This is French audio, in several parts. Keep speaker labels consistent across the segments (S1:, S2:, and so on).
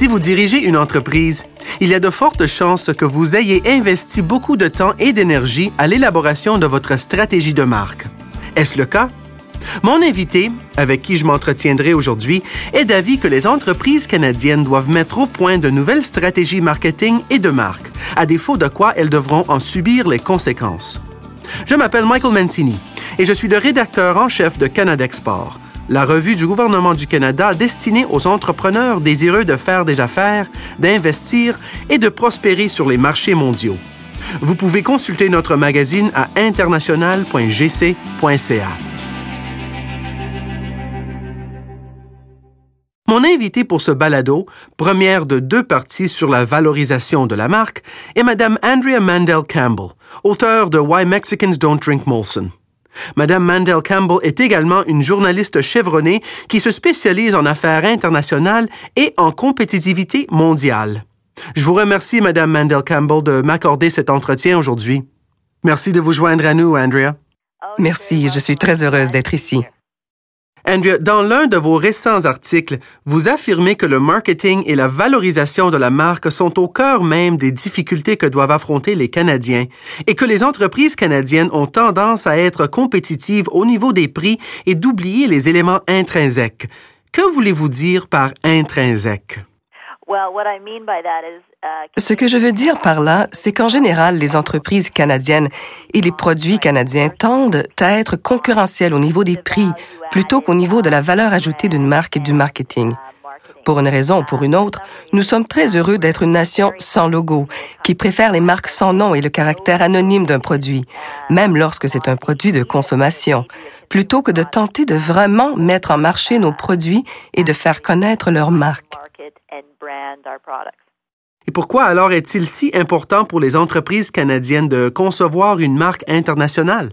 S1: Si vous dirigez une entreprise, il y a de fortes chances que vous ayez investi beaucoup de temps et d'énergie à l'élaboration de votre stratégie de marque. Est-ce le cas? Mon invité, avec qui je m'entretiendrai aujourd'hui, est d'avis que les entreprises canadiennes doivent mettre au point de nouvelles stratégies marketing et de marque, à défaut de quoi elles devront en subir les conséquences. Je m'appelle Michael Mancini et je suis le rédacteur en chef de Canada Export, la revue du gouvernement du Canada destinée aux entrepreneurs désireux de faire des affaires, d'investir et de prospérer sur les marchés mondiaux. Vous pouvez consulter notre magazine à international.gc.ca. Mon invité pour ce balado, première de 2 parties sur la valorisation de la marque, est Mme Andrea Mandel-Campbell, auteure de Why Mexicans Don't Drink Molson. Mme Mandel-Campbell est également une journaliste chevronnée qui se spécialise en affaires internationales et en compétitivité mondiale. Je vous remercie, Mme Mandel-Campbell, de m'accorder cet entretien aujourd'hui. Merci de vous joindre à nous, Andrea.
S2: Merci, je suis très heureuse d'être ici.
S1: Andrea, dans l'un de vos récents articles, vous affirmez que le marketing et la valorisation de la marque sont au cœur même des difficultés que doivent affronter les Canadiens et que les entreprises canadiennes ont tendance à être compétitives au niveau des prix et d'oublier les éléments intrinsèques. Que voulez-vous dire par intrinsèque?
S2: Ce que je veux dire par là, c'est qu'en général, les entreprises canadiennes et les produits canadiens tendent à être concurrentiels au niveau des prix plutôt qu'au niveau de la valeur ajoutée d'une marque et du marketing. Pour une raison ou pour une autre, nous sommes très heureux d'être une nation sans logo, qui préfère les marques sans nom et le caractère anonyme d'un produit, même lorsque c'est un produit de consommation, plutôt que de tenter de vraiment mettre en marché nos produits et de faire connaître leur marque.
S1: Et pourquoi alors est-il si important pour les entreprises canadiennes de concevoir une marque internationale?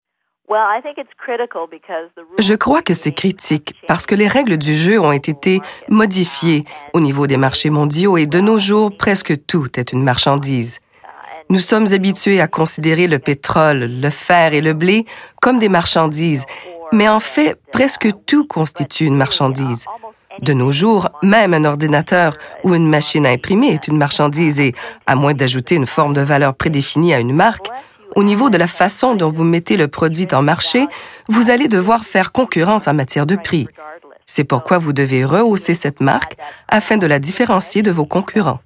S2: Je crois que c'est critique parce que les règles du jeu ont été modifiées au niveau des marchés mondiaux et de nos jours, presque tout est une marchandise. Nous sommes habitués à considérer le pétrole, le fer et le blé comme des marchandises, mais en fait, presque tout constitue une marchandise. De nos jours, même un ordinateur ou une machine à imprimer est une marchandise et, à moins d'ajouter une forme de valeur prédéfinie à une marque, au niveau de la façon dont vous mettez le produit en marché, vous allez devoir faire concurrence en matière de prix. C'est pourquoi vous devez rehausser cette marque afin de la différencier de vos concurrents.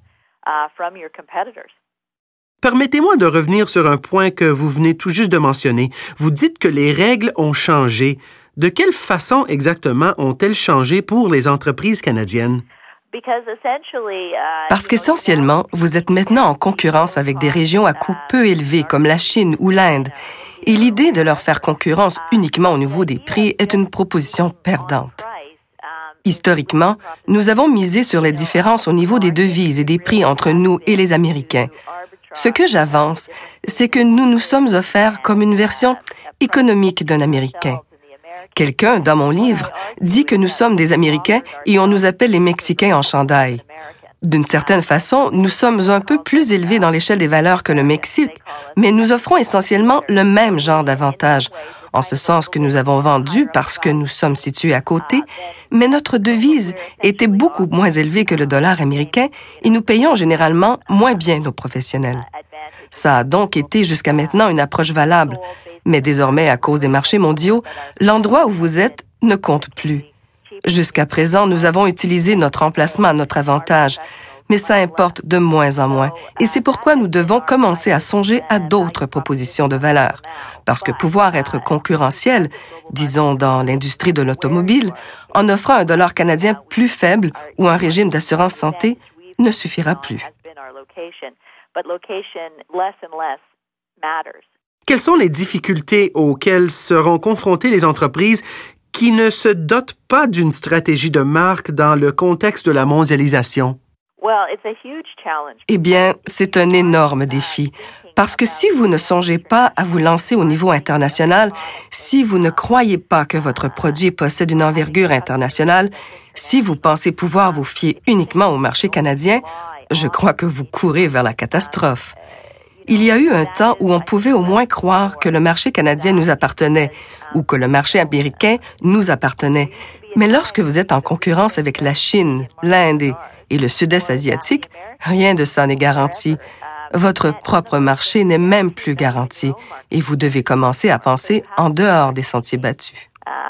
S1: Permettez-moi de revenir sur un point que vous venez tout juste de mentionner. Vous dites que les règles ont changé. De quelle façon exactement ont-elles changé pour les entreprises canadiennes?
S2: Parce qu'essentiellement, vous êtes maintenant en concurrence avec des régions à coûts peu élevés comme la Chine ou l'Inde. Et l'idée de leur faire concurrence uniquement au niveau des prix est une proposition perdante. Historiquement, nous avons misé sur les différences au niveau des devises et des prix entre nous et les Américains. Ce que j'avance, c'est que nous nous sommes offerts comme une version économique d'un Américain. Quelqu'un, dans mon livre, dit que nous sommes des Américains et on nous appelle les Mexicains en chandail. D'une certaine façon, nous sommes un peu plus élevés dans l'échelle des valeurs que le Mexique, mais nous offrons essentiellement le même genre d'avantages, en ce sens que nous avons vendu parce que nous sommes situés à côté, mais notre devise était beaucoup moins élevée que le dollar américain et nous payons généralement moins bien nos professionnels. Ça a donc été jusqu'à maintenant une approche valable. Mais désormais, à cause des marchés mondiaux, l'endroit où vous êtes ne compte plus. Jusqu'à présent, nous avons utilisé notre emplacement à notre avantage, mais ça importe de moins en moins. Et c'est pourquoi nous devons commencer à songer à d'autres propositions de valeur. Parce que pouvoir être concurrentiel, disons dans l'industrie de l'automobile, en offrant un dollar canadien plus faible ou un régime d'assurance santé, ne suffira plus.
S1: Quelles sont les difficultés auxquelles seront confrontées les entreprises qui ne se dotent pas d'une stratégie de marque dans le contexte de la mondialisation?
S2: Eh bien, c'est un énorme défi. Parce que si vous ne songez pas à vous lancer au niveau international, si vous ne croyez pas que votre produit possède une envergure internationale, si vous pensez pouvoir vous fier uniquement au marché canadien, je crois que vous courez vers la catastrophe. Il y a eu un temps où on pouvait au moins croire que le marché canadien nous appartenait ou que le marché américain nous appartenait. Mais lorsque vous êtes en concurrence avec la Chine, l'Inde et Et le Sud-Est asiatique, rien de ça n'est garanti. Votre propre marché n'est même plus garanti et vous devez commencer à penser en dehors des sentiers battus.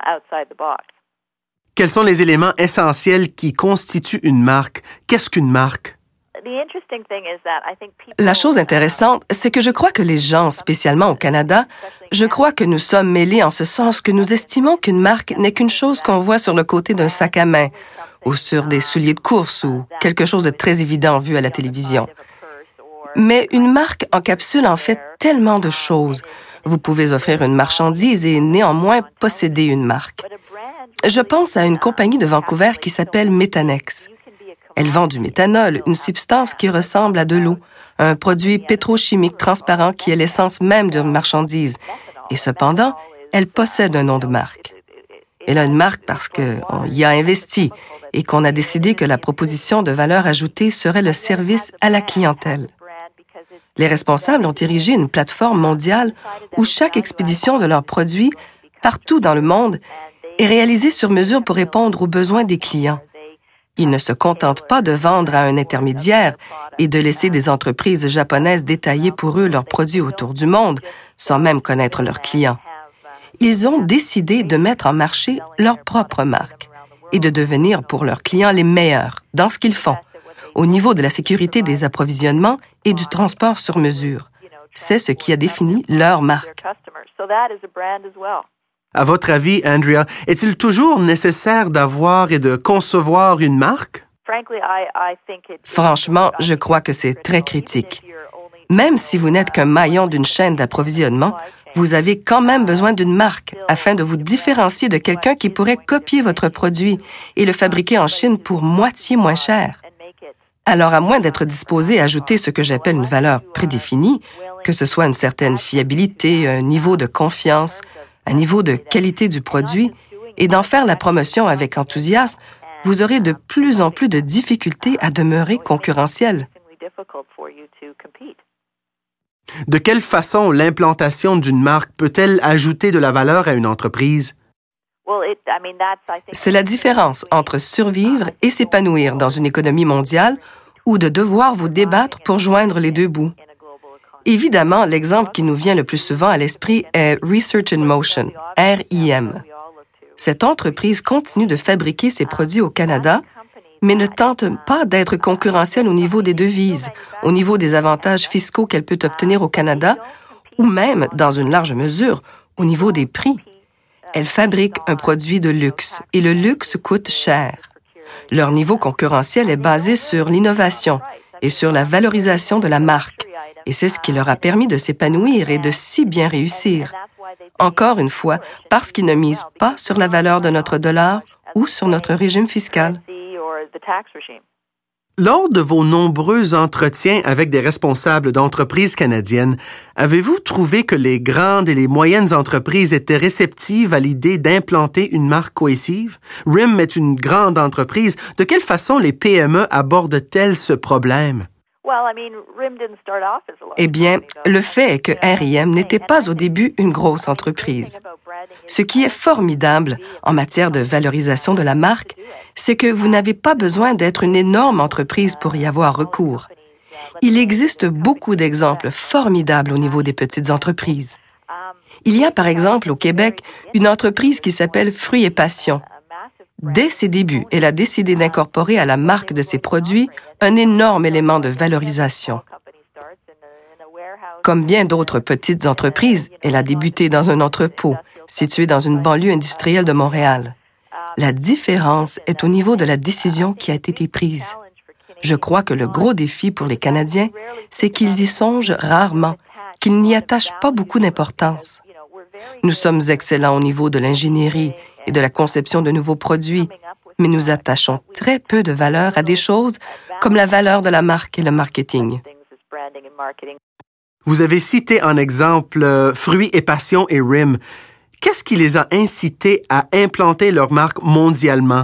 S1: Quels sont les éléments essentiels qui constituent une marque? Qu'est-ce qu'une marque?
S2: La chose intéressante, c'est que je crois que les gens, spécialement au Canada, je crois que nous sommes mêlés en ce sens que nous estimons qu'une marque n'est qu'une chose qu'on voit sur le côté d'un sac à main ou sur des souliers de course ou quelque chose de très évident vu à la télévision. Mais une marque encapsule en fait tellement de choses. Vous pouvez offrir une marchandise et néanmoins posséder une marque. Je pense à une compagnie de Vancouver qui s'appelle Metanex. Elle vend du méthanol, une substance qui ressemble à de l'eau, un produit pétrochimique transparent qui est l'essence même d'une marchandise. Et cependant, elle possède un nom de marque. Elle a une marque parce qu'on y a investi et qu'on a décidé que la proposition de valeur ajoutée serait le service à la clientèle. Les responsables ont érigé une plateforme mondiale où chaque expédition de leurs produits, partout dans le monde, est réalisée sur mesure pour répondre aux besoins des clients. Ils ne se contentent pas de vendre à un intermédiaire et de laisser des entreprises japonaises détailler pour eux leurs produits autour du monde, sans même connaître leurs clients. Ils ont décidé de mettre en marché leur propre marque et de devenir pour leurs clients les meilleurs dans ce qu'ils font, au niveau de la sécurité des approvisionnements et du transport sur mesure. C'est ce qui a défini leur marque.
S1: À votre avis, Andrea, est-il toujours nécessaire d'avoir et de concevoir une marque?
S2: Franchement, je crois que c'est très critique. Même si vous n'êtes qu'un maillon d'une chaîne d'approvisionnement, vous avez quand même besoin d'une marque afin de vous différencier de quelqu'un qui pourrait copier votre produit et le fabriquer en Chine pour moitié moins cher. Alors, à moins d'être disposé à ajouter ce que j'appelle une valeur prédéfinie, que ce soit une certaine fiabilité, un niveau de confiance, un niveau de qualité du produit, et d'en faire la promotion avec enthousiasme, vous aurez de plus en plus de difficultés à demeurer concurrentiel.
S1: De quelle façon l'implantation d'une marque peut-elle ajouter de la valeur à une entreprise?
S2: C'est la différence entre survivre et s'épanouir dans une économie mondiale ou de devoir vous débattre pour joindre les deux bouts. Évidemment, l'exemple qui nous vient le plus souvent à l'esprit est Research in Motion, RIM. Cette entreprise continue de fabriquer ses produits au Canada, mais ne tente pas d'être concurrentielle au niveau des devises, au niveau des avantages fiscaux qu'elle peut obtenir au Canada, ou même, dans une large mesure, au niveau des prix. Elle fabrique un produit de luxe, et le luxe coûte cher. Leur niveau concurrentiel est basé sur l'innovation et sur la valorisation de la marque, et c'est ce qui leur a permis de s'épanouir et de si bien réussir. Encore une fois, parce qu'ils ne misent pas sur la valeur de notre dollar ou sur notre régime fiscal.
S1: Lors de vos nombreux entretiens avec des responsables d'entreprises canadiennes, avez-vous trouvé que les grandes et les moyennes entreprises étaient réceptives à l'idée d'implanter une marque cohésive? RIM est une grande entreprise. De quelle façon les PME abordent-elles ce problème?
S2: Eh bien, le fait est que RIM n'était pas au début une grosse entreprise. Ce qui est formidable en matière de valorisation de la marque, c'est que vous n'avez pas besoin d'être une énorme entreprise pour y avoir recours. Il existe beaucoup d'exemples formidables au niveau des petites entreprises. Il y a par exemple au Québec une entreprise qui s'appelle Fruits et Passions. Dès ses débuts, elle a décidé d'incorporer à la marque de ses produits un énorme élément de valorisation. Comme bien d'autres petites entreprises, elle a débuté dans un entrepôt, situé dans une banlieue industrielle de Montréal. La différence est au niveau de la décision qui a été prise. Je crois que le gros défi pour les Canadiens, c'est qu'ils y songent rarement, qu'ils n'y attachent pas beaucoup d'importance. Nous sommes excellents au niveau de l'ingénierie et de la conception de nouveaux produits, mais nous attachons très peu de valeur à des choses comme la valeur de la marque et le marketing.
S1: Vous avez cité en exemple Fruits et Passions et RIM. Qu'est-ce qui les a incités à implanter leur marque mondialement?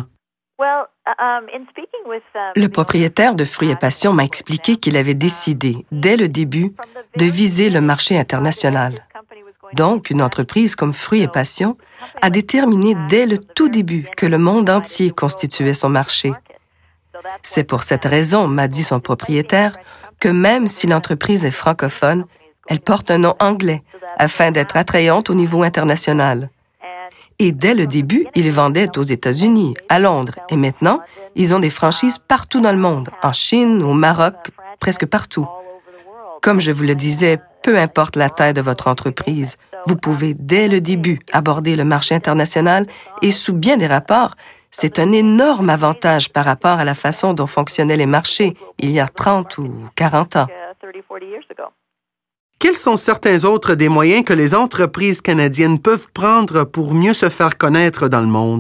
S2: Le propriétaire de Fruits et Passions m'a expliqué qu'il avait décidé, dès le début, de viser le marché international. Donc, une entreprise comme Fruits et Passions a déterminé dès le tout début que le monde entier constituait son marché. C'est pour cette raison, m'a dit son propriétaire, que même si l'entreprise est francophone, elle porte un nom anglais afin d'être attrayante au niveau international. Et dès le début, ils vendaient aux États-Unis, à Londres, et maintenant, ils ont des franchises partout dans le monde, en Chine, au Maroc, presque partout. Comme je vous le disais, peu importe la taille de votre entreprise, vous pouvez dès le début aborder le marché international et sous bien des rapports, c'est un énorme avantage par rapport à la façon dont fonctionnaient les marchés il y a 30 ou 40 ans.
S1: Quels sont certains autres des moyens que les entreprises canadiennes peuvent prendre pour mieux se faire connaître dans le monde?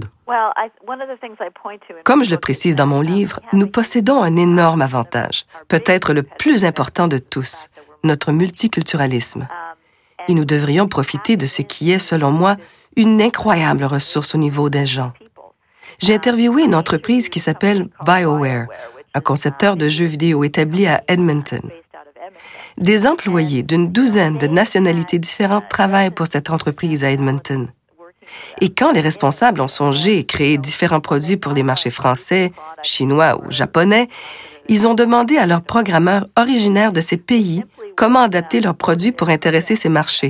S2: Comme je le précise dans mon livre, nous possédons un énorme avantage, peut-être le plus important de tous, notre multiculturalisme. Et nous devrions profiter de ce qui est, selon moi, une incroyable ressource au niveau des gens. J'ai interviewé une entreprise qui s'appelle BioWare, un concepteur de jeux vidéo établi à Edmonton. Des employés d'une douzaine de nationalités différentes travaillent pour cette entreprise à Edmonton. Et quand les responsables ont songé et créé différents produits pour les marchés français, chinois ou japonais, ils ont demandé à leurs programmeurs originaires de ces pays comment adapter leurs produits pour intéresser ces marchés.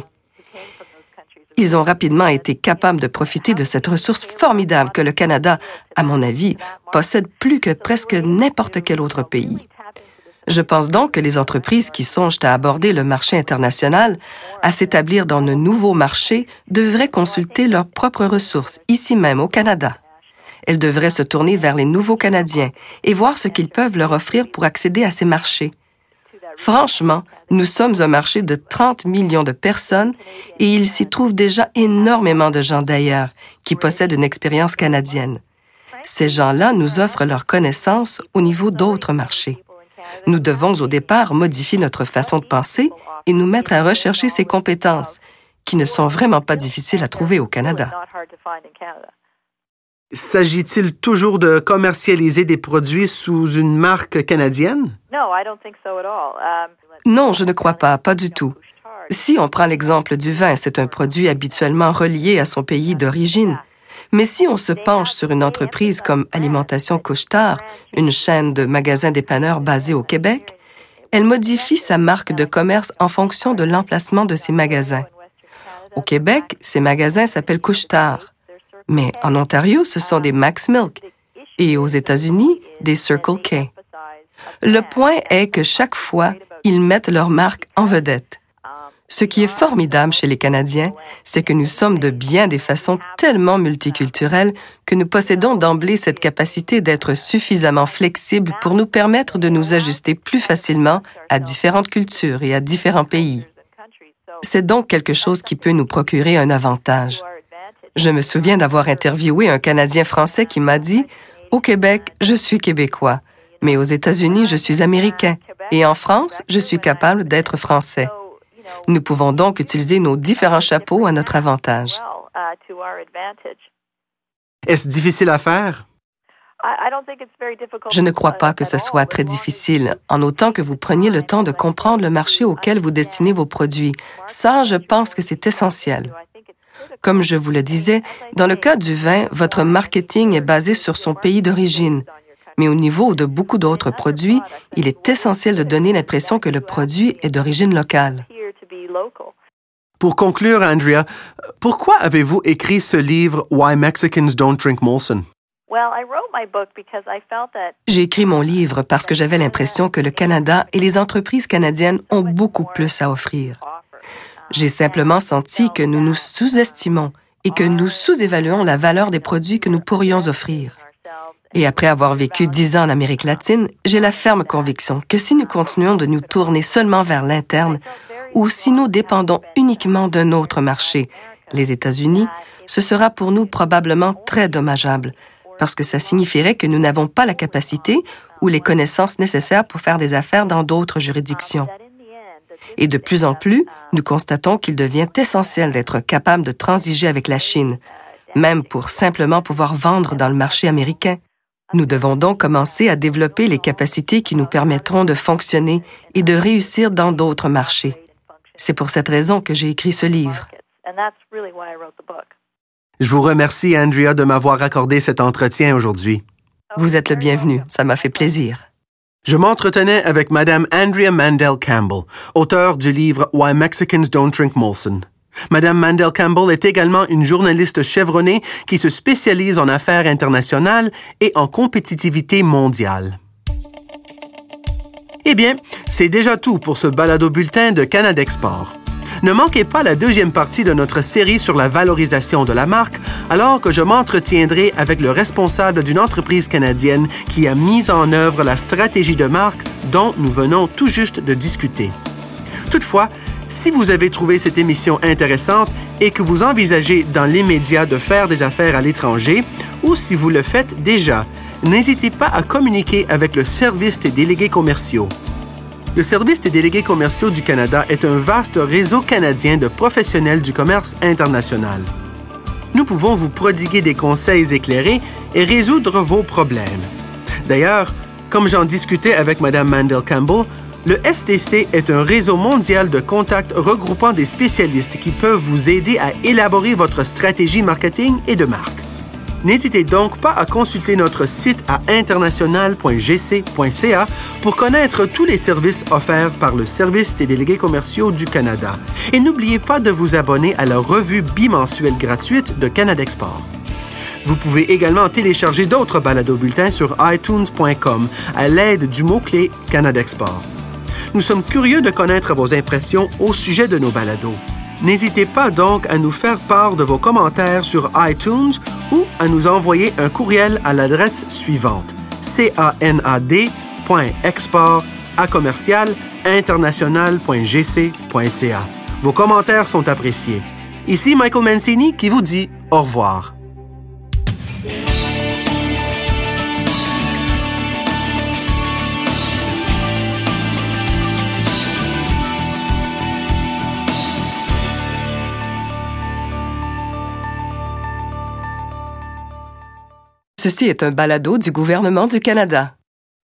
S2: Ils ont rapidement été capables de profiter de cette ressource formidable que le Canada, à mon avis, possède plus que presque n'importe quel autre pays. Je pense donc que les entreprises qui songent à aborder le marché international, à s'établir dans de nouveaux marchés, devraient consulter leurs propres ressources, ici même au Canada. Elles devraient se tourner vers les nouveaux Canadiens et voir ce qu'ils peuvent leur offrir pour accéder à ces marchés. Franchement, nous sommes un marché de 30 millions de personnes et il s'y trouve déjà énormément de gens d'ailleurs qui possèdent une expérience canadienne. Ces gens-là nous offrent leurs connaissances au niveau d'autres marchés. Nous devons au départ modifier notre façon de penser et nous mettre à rechercher ces compétences, qui ne sont vraiment pas difficiles à trouver au Canada.
S1: S'agit-il toujours de commercialiser des produits sous une marque canadienne?
S2: Non, je ne crois pas du tout. Si on prend l'exemple du vin, c'est un produit habituellement relié à son pays d'origine. Mais si on se penche sur une entreprise comme Alimentation Couche-Tard, une chaîne de magasins dépanneurs basée au Québec, elle modifie sa marque de commerce en fonction de l'emplacement de ses magasins. Au Québec, ces magasins s'appellent Couche-Tard. Mais en Ontario, ce sont des Max Milk et aux États-Unis, des Circle K. Le point est que chaque fois, ils mettent leur marque en vedette. Ce qui est formidable chez les Canadiens, c'est que nous sommes de bien des façons tellement multiculturelles que nous possédons d'emblée cette capacité d'être suffisamment flexibles pour nous permettre de nous ajuster plus facilement à différentes cultures et à différents pays. C'est donc quelque chose qui peut nous procurer un avantage. Je me souviens d'avoir interviewé un Canadien français qui m'a dit « Au Québec, je suis québécois, mais aux États-Unis, je suis américain, et en France, je suis capable d'être français. » Nous pouvons donc utiliser nos différents chapeaux à notre avantage.
S1: Est-ce difficile à faire?
S2: Je ne crois pas que ce soit très difficile, en autant que vous preniez le temps de comprendre le marché auquel vous destinez vos produits. Ça, je pense que c'est essentiel. Comme je vous le disais, dans le cas du vin, votre marketing est basé sur son pays d'origine. Mais au niveau de beaucoup d'autres produits, il est essentiel de donner l'impression que le produit est d'origine locale.
S1: Pour conclure, Andrea, pourquoi avez-vous écrit ce livre « Why Mexicans Don't Drink Molson » ?
S2: J'ai écrit mon livre parce que j'avais l'impression que le Canada et les entreprises canadiennes ont beaucoup plus à offrir. J'ai simplement senti que nous nous sous-estimons et que nous sous-évaluons la valeur des produits que nous pourrions offrir. Et après avoir vécu 10 ans en Amérique latine, j'ai la ferme conviction que si nous continuons de nous tourner seulement vers l'interne ou si nous dépendons uniquement d'un autre marché, les États-Unis, ce sera pour nous probablement très dommageable, parce que ça signifierait que nous n'avons pas la capacité ou les connaissances nécessaires pour faire des affaires dans d'autres juridictions. Et de plus en plus, nous constatons qu'il devient essentiel d'être capable de transiger avec la Chine, même pour simplement pouvoir vendre dans le marché américain. Nous devons donc commencer à développer les capacités qui nous permettront de fonctionner et de réussir dans d'autres marchés. C'est pour cette raison que j'ai écrit ce livre.
S1: Je vous remercie, Andrea, de m'avoir accordé cet entretien aujourd'hui.
S2: Vous êtes le bienvenu, ça m'a fait plaisir.
S1: Je m'entretenais avec Mme Andrea Mandel Campbell, auteure du livre Why Mexicans Don't Drink Molson. Mme Mandel Campbell est également une journaliste chevronnée qui se spécialise en affaires internationales et en compétitivité mondiale. Eh bien, c'est déjà tout pour ce balado-bulletin de Canada Export. Ne manquez pas la deuxième partie de notre série sur la valorisation de la marque, alors que je m'entretiendrai avec le responsable d'une entreprise canadienne qui a mis en œuvre la stratégie de marque dont nous venons tout juste de discuter. Toutefois, si vous avez trouvé cette émission intéressante et que vous envisagez dans l'immédiat de faire des affaires à l'étranger, ou si vous le faites déjà, n'hésitez pas à communiquer avec le Service des délégués commerciaux. Le Service des délégués commerciaux du Canada est un vaste réseau canadien de professionnels du commerce international. Nous pouvons vous prodiguer des conseils éclairés et résoudre vos problèmes. D'ailleurs, comme j'en discutais avec Mme Mandel Campbell, le SDC est un réseau mondial de contacts regroupant des spécialistes qui peuvent vous aider à élaborer votre stratégie marketing et de marque. N'hésitez donc pas à consulter notre site à international.gc.ca pour connaître tous les services offerts par le Service des délégués commerciaux du Canada. Et n'oubliez pas de vous abonner à la revue bimensuelle gratuite de Canada Export. Vous pouvez également télécharger d'autres balados-bulletins sur iTunes.com à l'aide du mot-clé Canada Export. Nous sommes curieux de connaître vos impressions au sujet de nos balados. N'hésitez pas donc à nous faire part de vos commentaires sur iTunes ou à nous envoyer un courriel à l'adresse suivante: canad@international.gc.ca. Vos commentaires sont appréciés. Ici Michael Mancini qui vous dit au revoir.
S2: Ceci est un balado du gouvernement du Canada.